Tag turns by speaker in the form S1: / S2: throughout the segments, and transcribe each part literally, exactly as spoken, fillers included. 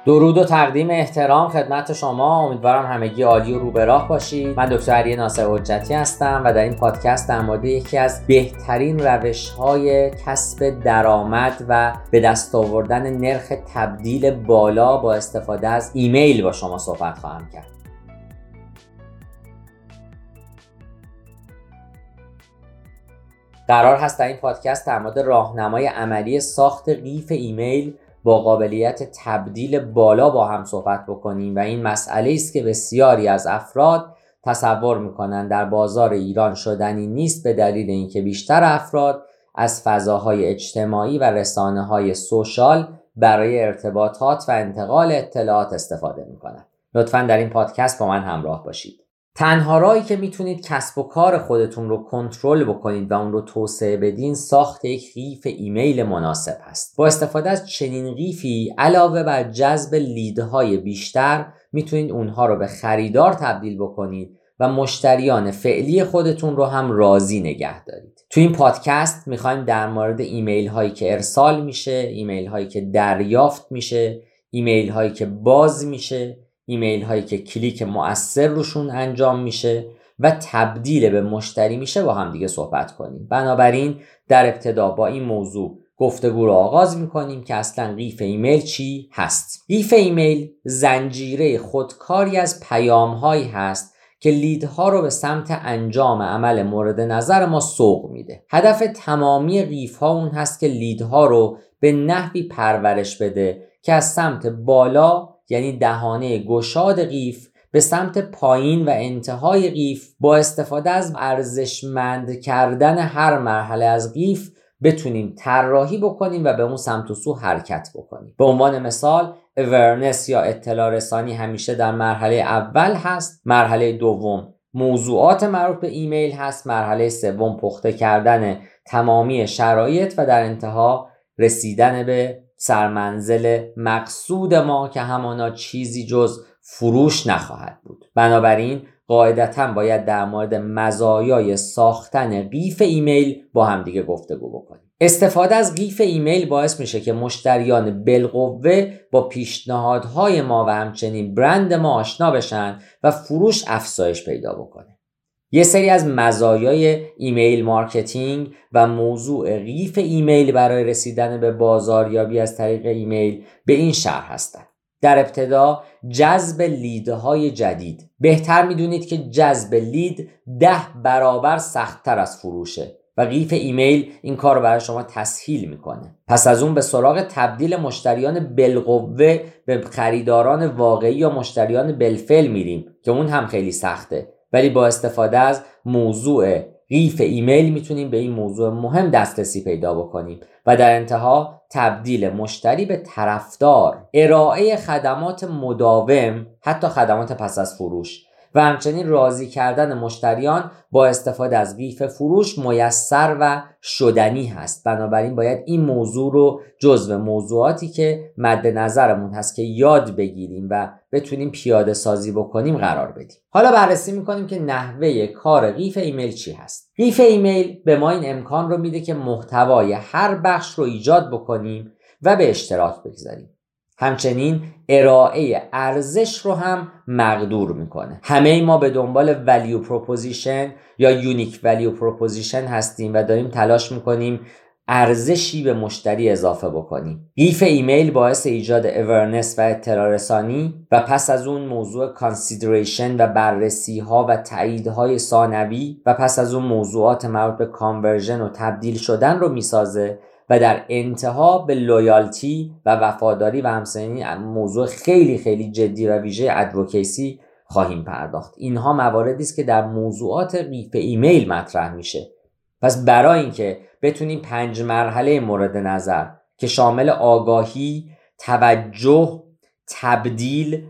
S1: درود و تقدیم احترام خدمت شما. امیدوارم همگی عالی و رو به راه باشید. من دکتر علی ناصر حجتی هستم و در این پادکست در مورد یکی از بهترین روش‌های کسب درآمد و به دست آوردن نرخ تبدیل بالا با استفاده از ایمیل با شما صحبت خواهم کرد. قرار هست در این پادکست در مورد راهنمای عملی ساخت قیف ایمیل با قابلیت تبدیل بالا با هم صحبت بکنیم و این مسئله است که بسیاری از افراد تصور میکنن در بازار ایران شدنی نیست به دلیل اینکه بیشتر افراد از فضاهای اجتماعی و رسانه‌های سوشال برای ارتباطات و انتقال اطلاعات استفاده میکنن. لطفاً در این پادکست با من همراه باشید. تنها راهی که میتونید کسب و کار خودتون رو کنترل بکنید و اون رو توسعه بدین ساخت یک قیف ایمیل مناسب هست. با استفاده از چنین قیفی علاوه بر جذب لیدهای بیشتر میتونید اونها رو به خریدار تبدیل بکنید و مشتریان فعلی خودتون رو هم راضی نگه دارید. تو این پادکست میخوایم در مورد ایمیل هایی که ارسال میشه، ایمیل هایی که دریافت میشه، ایمیل هایی که باز میشه، ایمیل هایی که کلیک مؤثر روشون انجام میشه و تبدیل به مشتری میشه با هم دیگه صحبت کنیم. بنابراین در ابتدا با این موضوع گفتگو رو آغاز میکنیم که اصلا قیف ایمیل چی هست. قیف ایمیل زنجیره خودکاری از پیام هایی هست که لیدها رو به سمت انجام عمل مورد نظر ما سوق میده. هدف تمامی قیف ها اون هست که لیدها رو به نحوی پرورش بده که از سمت بالا یعنی دهانه گشاد قیف به سمت پایین و انتهای قیف با استفاده از ارزشمند کردن هر مرحله از قیف بتونیم طراحی بکنیم و به اون سمت و سو حرکت بکنیم. به عنوان مثال awareness یا اطلاع رسانی همیشه در مرحله اول هست، مرحله دوم موضوعات مربوط به ایمیل هست، مرحله سوم پخته کردن تمامی شرایط و در انتها رسیدن به سرمنزل مقصود ما که همانا چیزی جز فروش نخواهد بود. بنابراین قاعدتاً باید در مورد مزایای ساختن قیف ایمیل با همدیگه گفتگو بکنیم. استفاده از قیف ایمیل باعث میشه که مشتریان بالقوه با پیشنهادهای ما و همچنین برند ما آشنا بشن و فروش افزایش پیدا بکنه. یه سری از مزایای ایمیل مارکتینگ و موضوع قیف ایمیل برای رسیدن به بازاریابی از طریق ایمیل به این شرح هستند. در ابتدا جذب لیدهای جدید. بهتر میدونید که جذب لید ده برابر سخت‌تر از فروشه و قیف ایمیل این کار رو برای شما تسهیل میکنه. پس از اون به سراغ تبدیل مشتریان بالقوه به خریداران واقعی یا مشتریان بالفعل میریم که اون هم خیلی سخته. ولی با استفاده از موضوع قیف ایمیل میتونیم به این موضوع مهم دسترسی پیدا بکنیم و در انتها تبدیل مشتری به طرفدار، ارائه خدمات مداوم، حتی خدمات پس از فروش و همچنین راضی کردن مشتریان با استفاده از قیف فروش میسر و شدنی هست. بنابراین باید این موضوع رو جزو موضوعاتی که مد نظرمون هست که یاد بگیریم و بتونیم پیاده سازی بکنیم قرار بدیم. حالا بررسی میکنیم که نحوه کار قیف ایمیل چی هست. قیف ایمیل به ما این امکان رو میده که محتوای هر بخش رو ایجاد بکنیم و به اشتراک بگذاریم. همچنین ارائه ارزش رو هم مقدور میکنه. همه ما به دنبال value proposition یا unique value proposition هستیم و داریم تلاش میکنیم ارزشی به مشتری اضافه بکنیم. قیف ایمیل باعث ایجاد awareness و اطلاع رسانی و پس از اون موضوع consideration و بررسی ها و تایید های ثانوی و پس از اون موضوعات مربوط به conversion و تبدیل شدن رو میسازه و در انتها به لویالتی و وفاداری و همچنین موضوع خیلی خیلی جدی و ویژه ادوکیسی خواهیم پرداخت. اینها مواردی است که در موضوعات قیف ایمیل مطرح میشه. پس برای اینکه بتونیم پنج مرحله مورد نظر که شامل آگاهی، توجه، تبدیل،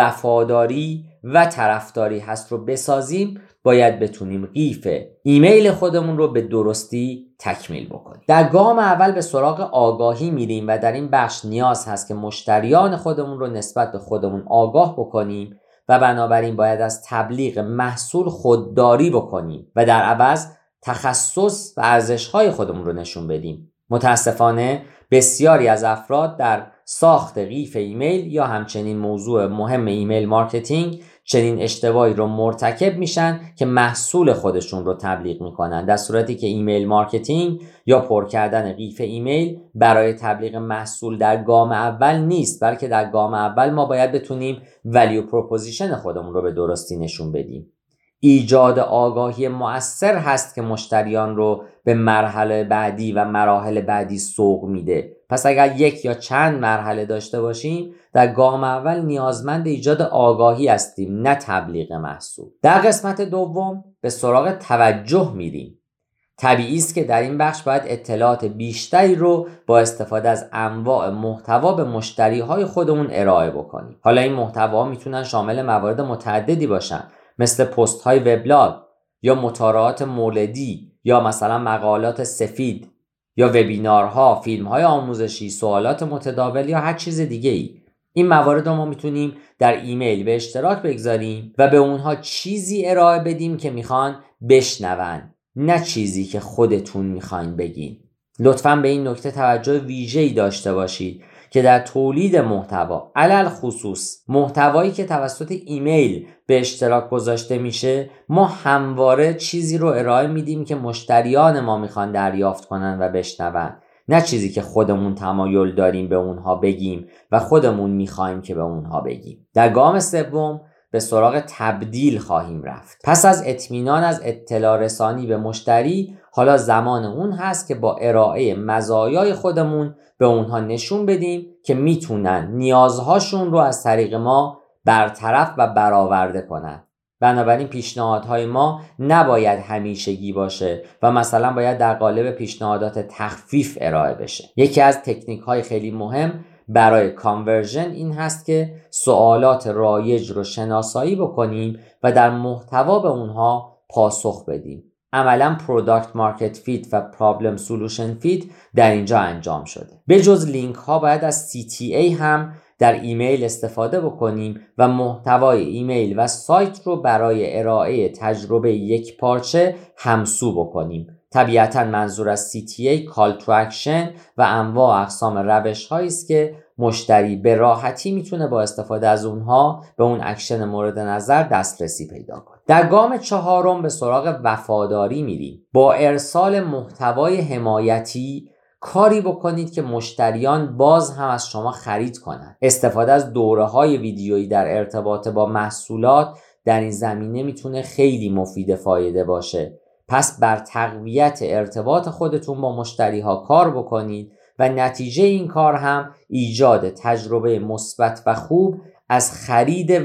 S1: وفاداری و طرفداری هست رو بسازیم، باید بتونیم قیف ایمیل خودمون رو به درستی تکمیل بکنیم. در گام اول به سراغ آگاهی میریم و در این بخش نیاز هست که مشتریان خودمون رو نسبت به خودمون آگاه بکنیم و بنابراین باید از تبلیغ محصول خودداری بکنیم و در عوض تخصص و ارزش‌های خودمون رو نشون بدیم. متاسفانه بسیاری از افراد در ساخت قیف ایمیل یا همچنین موضوع مهم ایمیل مارکتینگ چنین اشتباهی رو مرتکب میشن که محصول خودشون رو تبلیغ میکنن، در صورتی که ایمیل مارکتینگ یا پر کردن قیف ایمیل برای تبلیغ محصول در گام اول نیست، بلکه در گام اول ما باید بتونیم ولیو پروپوزیشن خودمون رو به درستی نشون بدیم. ایجاد آگاهی مؤثر هست که مشتریان رو به مرحله بعدی و مراحل بعدی سوق میده. پس اگر یک یا چند مرحله داشته باشیم، در گام اول نیازمند ایجاد آگاهی هستیم، نه تبلیغ محصول. در قسمت دوم به سراغ توجه میریم. طبیعی است که در این بخش باید اطلاعات بیشتری رو با استفاده از انواع محتوا به مشتریهای خودمون ارائه بکنیم. حالا این محتوا میتونن شامل موارد متعددی باشن، مثل پست های وبلاگ یا مطالعات موردی یا مثلا مقالات سفید یا وبینارها، فیلم های آموزشی، سوالات متداول یا هر چیز دیگه ای. این موارد رو ما میتونیم در ایمیل به اشتراک بگذاریم و به اونها چیزی ارائه بدیم که میخوان بشنون، نه چیزی که خودتون میخواین بگین. لطفاً به این نکته توجه ویژه‌ای داشته باشید که در تولید محتوا، علل خصوص محتوایی که توسط ایمیل به اشتراک گذاشته میشه، ما همواره چیزی رو ارائه میدیم که مشتریان ما میخوان دریافت کنن و بشنون، نه چیزی که خودمون تمایل داریم به اونها بگیم و خودمون میخوایم که به اونها بگیم. در گام سوم به سراغ تبدیل خواهیم رفت. پس از اطمینان از اطلاع رسانی به مشتری، حالا زمان اون هست که با ارائه مزایای خودمون به اونها نشون بدیم که میتونن نیازهاشون رو از طریق ما برطرف و برآورده کنن. بنابراین پیشنهادهای ما نباید همیشگی باشه و مثلا باید در قالب پیشنهادات تخفیف ارائه بشه. یکی از تکنیک های خیلی مهم برای کانورژن این هست که سوالات رایج رو شناسایی بکنیم و در محتوا به اونها پاسخ بدیم. عملا پروداکت مارکت فیت و پرابلم سولوشن فیت در اینجا انجام شده. به جز لینک ها باید از سی تی ای هم در ایمیل استفاده بکنیم و محتوای ایمیل و سایت رو برای ارائه تجربه یک پارچه همسو بکنیم. طبیعتاً منظور از سی تی ای کال تو اکشن و انواع اقسام روش هایی است که مشتری به راحتی میتونه با استفاده از اونها به اون اکشن مورد نظر دسترسی پیدا کنه. در گام چهارم به سراغ وفاداری میریم. با ارسال محتوای حمایتی کاری بکنید که مشتریان باز هم از شما خرید کنند. استفاده از دوره‌های ویدیویی در ارتباط با محصولات در این زمینه میتونه خیلی مفید فایده باشه. پس بر تقویت ارتباط خودتون با مشتری‌ها کار بکنید و نتیجه این کار هم ایجاد تجربه مثبت و خوب از خرید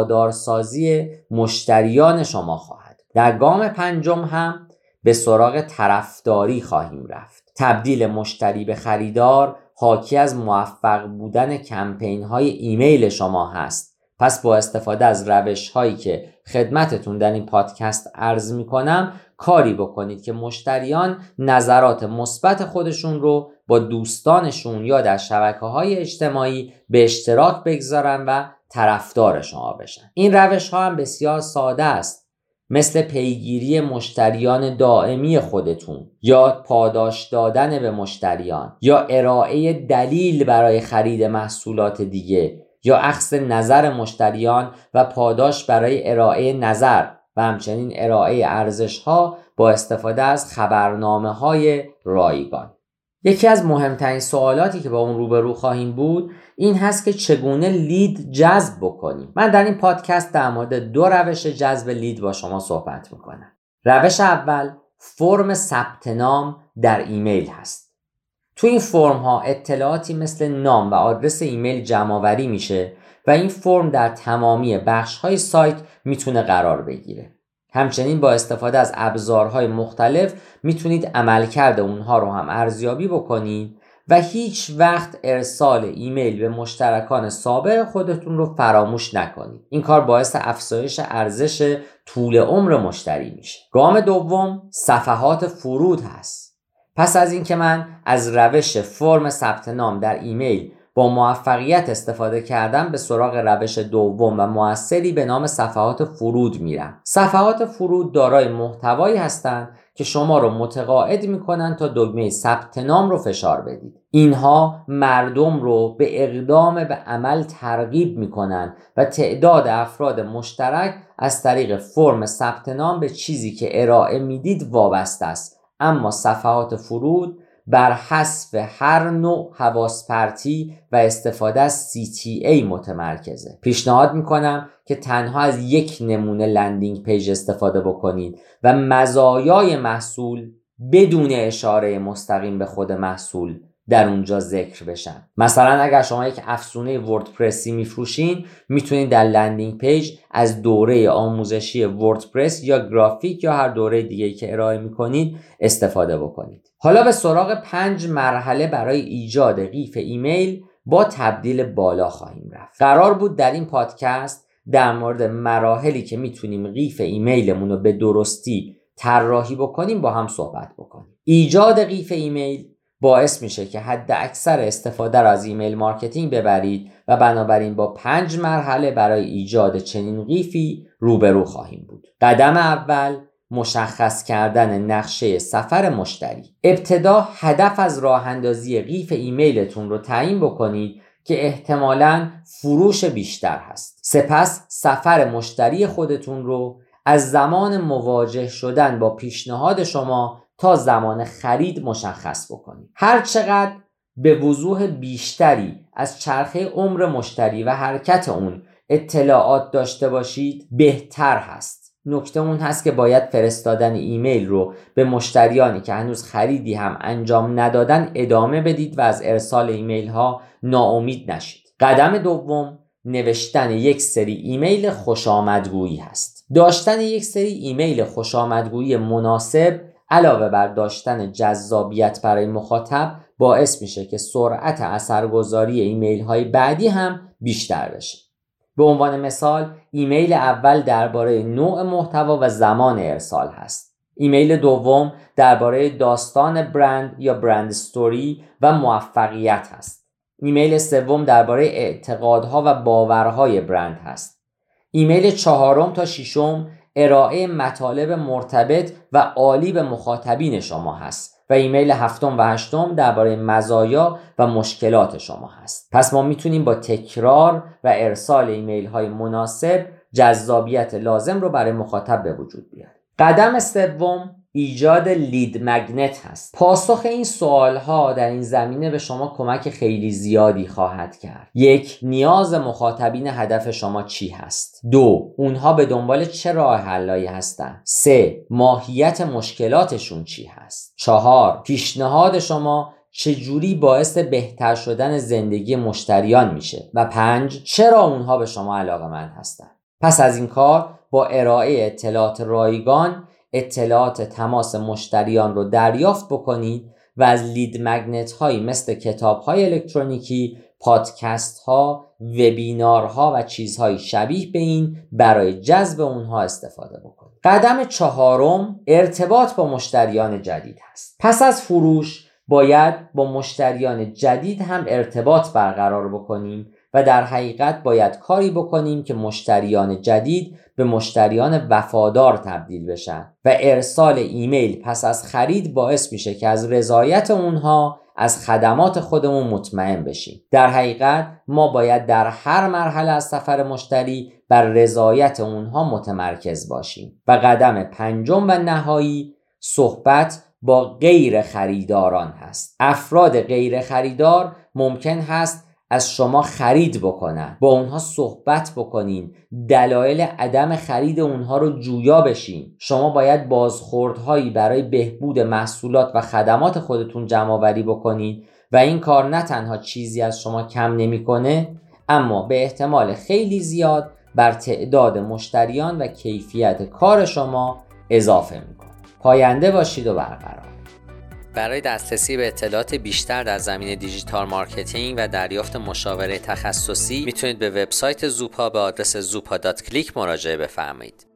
S1: وفادارسازی مشتریان شما خواهد. در گام پنجم هم به سراغ طرفداری خواهیم رفت. تبدیل مشتری به خریدار حاکی از موفق بودن کمپین های ایمیل شما هست. پس با استفاده از روش هایی که خدمتتون در این پادکست عرض می کنم کاری بکنید که مشتریان نظرات مثبت خودشون رو با دوستانشون یا در شبکه‌های اجتماعی به اشتراک بگذارن و طرفدار شما بشن. این روش ها هم بسیار ساده است، مثل پیگیری مشتریان دائمی خودتون یا پاداش دادن به مشتریان یا ارائه دلیل برای خرید محصولات دیگه یا اخذ نظر مشتریان و پاداش برای ارائه نظر و همچنین ارائه ارزش‌ها با استفاده از خبرنامه‌های رایگان. یکی از مهمترین سوالاتی که با اون روبرو خواهیم بود این هست که چگونه لید جذب بکنیم. من در این پادکست در مورد دو روش جذب لید با شما صحبت میکنم. روش اول فرم ثبت نام در ایمیل هست. تو این فرم ها اطلاعاتی مثل نام و آدرس ایمیل جمع آوری میشه و این فرم در تمامی بخش های سایت میتونه قرار بگیره. همچنین با استفاده از ابزارهای مختلف میتونید عملکرد اونها رو هم ارزیابی بکنید و هیچ وقت ارسال ایمیل به مشترکان سابق خودتون رو فراموش نکنید. این کار باعث افزایش ارزش طول عمر مشتری میشه. گام دوم صفحات فرود هست. پس از این که من از روش فرم ثبت نام در ایمیل با موفقیت استفاده کردم، به سراغ روش دوم و موثری به نام صفحات فرود میرم. صفحات فرود دارای محتوایی هستند که شما رو متقاعد میکنن تا دکمه ثبت نام رو فشار بدید. اینها مردم رو به اقدام به عمل ترغیب میکنن و تعداد افراد مشترک از طریق فرم ثبت نام به چیزی که ارائه میدید وابسته است، اما صفحات فرود بر حذف هر نوع حواس پرتی و استفاده از سی تی ای متمرکزه. پیشنهاد میکنم که تنها از یک نمونه لندینگ پیج استفاده بکنید و مزایای محصول بدون اشاره مستقیم به خود محصول در اونجا ذکر بشن. مثلا اگر شما یک افزونه وردپرسی میفروشین، میتونید در لندینگ پیج از دوره آموزشی وردپرس یا گرافیک یا هر دوره دیگه‌ای که ارائه میکنید استفاده بکنید. حالا به سراغ پنج مرحله برای ایجاد قیف ایمیل با تبدیل بالا خواهیم رفت. قرار بود در این پادکست در مورد مراحلی که میتونیم قیف ایمیلمون رو به درستی طراحی بکنیم با هم صحبت بکنیم. ایجاد قیف ایمیل باعث میشه که حد اکثر استفاده را از ایمیل مارکتینگ ببرید و بنابراین با پنج مرحله برای ایجاد چنین قیفی روبرو خواهیم بود. قدم اول، مشخص کردن نقشه سفر مشتری. ابتدا هدف از راه اندازی قیف ایمیلتون رو تعیین بکنید که احتمالاً فروش بیشتر هست. سپس سفر مشتری خودتون رو از زمان مواجه شدن با پیشنهاد شما تا زمان خرید مشخص بکنید. هر چقدر به وضوح بیشتری از چرخه عمر مشتری و حرکت اون اطلاعات داشته باشید بهتر هست. نکته اون هست که باید فرستادن ایمیل رو به مشتریانی که هنوز خریدی هم انجام ندادن ادامه بدید و از ارسال ایمیل ها ناامید نشید. قدم دوم، نوشتن یک سری ایمیل خوشامدگویی هست. داشتن یک سری ایمیل خوشامدگویی مناسب علاوه بر داشتن جذابیت برای مخاطب باعث میشه که سرعت اثرگذاری ایمیل های بعدی هم بیشتر بشه. به عنوان مثال، ایمیل اول درباره نوع محتوا و زمان ارسال هست. ایمیل دوم درباره داستان برند یا برند استوری و موفقیت هست. ایمیل سوم درباره اعتقادها و باورهای برند هست. ایمیل چهارم تا ششم ارائه مطالب مرتبط و عالی به مخاطبین شما هست و ایمیل هفتم و هشتم درباره مزایا و مشکلات شما هست. پس ما میتونیم با تکرار و ارسال ایمیل های مناسب جذابیت لازم رو برای مخاطب به وجود بیاریم. قدم سوم، ایجاد لید مگنت هست. پاسخ این سوال ها در این زمینه به شما کمک خیلی زیادی خواهد کرد. یک، نیاز مخاطبین هدف شما چی هست؟ دو، اونها به دنبال چه راه حلایی هستن؟ سه، ماهیت مشکلاتشون چی هست؟ چهار، پیشنهاد شما چجوری باعث بهتر شدن زندگی مشتریان میشه؟ و پنج، چرا اونها به شما علاقه‌مند هستن؟ پس از این کار با ارائه اطلاعات رایگان اطلاعات تماس مشتریان رو دریافت بکنید و از لید مگنت هایی مثل کتاب های الکترونیکی، پادکست ها، وبینار ها و چیزهای شبیه به این برای جذب اونها استفاده بکنید. قدم چهارم، ارتباط با مشتریان جدید هست. پس از فروش باید با مشتریان جدید هم ارتباط برقرار بکنیم و در حقیقت باید کاری بکنیم که مشتریان جدید به مشتریان وفادار تبدیل بشن و ارسال ایمیل پس از خرید باعث میشه که از رضایت اونها از خدمات خودمون مطمئن بشیم. در حقیقت ما باید در هر مرحله از سفر مشتری بر رضایت اونها متمرکز باشیم. و قدم پنجم و نهایی، صحبت با غیر خریداران هست. افراد غیر خریدار ممکن هست از شما خرید بکنن، با اونها صحبت بکنین، دلایل عدم خرید اونها رو جویا بشین. شما باید بازخوردهایی برای بهبود محصولات و خدمات خودتون جمع آوری بکنین و این کار نه تنها چیزی از شما کم نمیکنه، اما به احتمال خیلی زیاد بر تعداد مشتریان و کیفیت کار شما اضافه میکنه. پاینده باشید و برقرار.
S2: برای دسترسی به اطلاعات بیشتر در زمینه دیجیتال مارکتینگ و دریافت مشاوره تخصصی میتونید به وبسایت زوپا به آدرس زوپا دات کلیک مراجعه بفرمایید.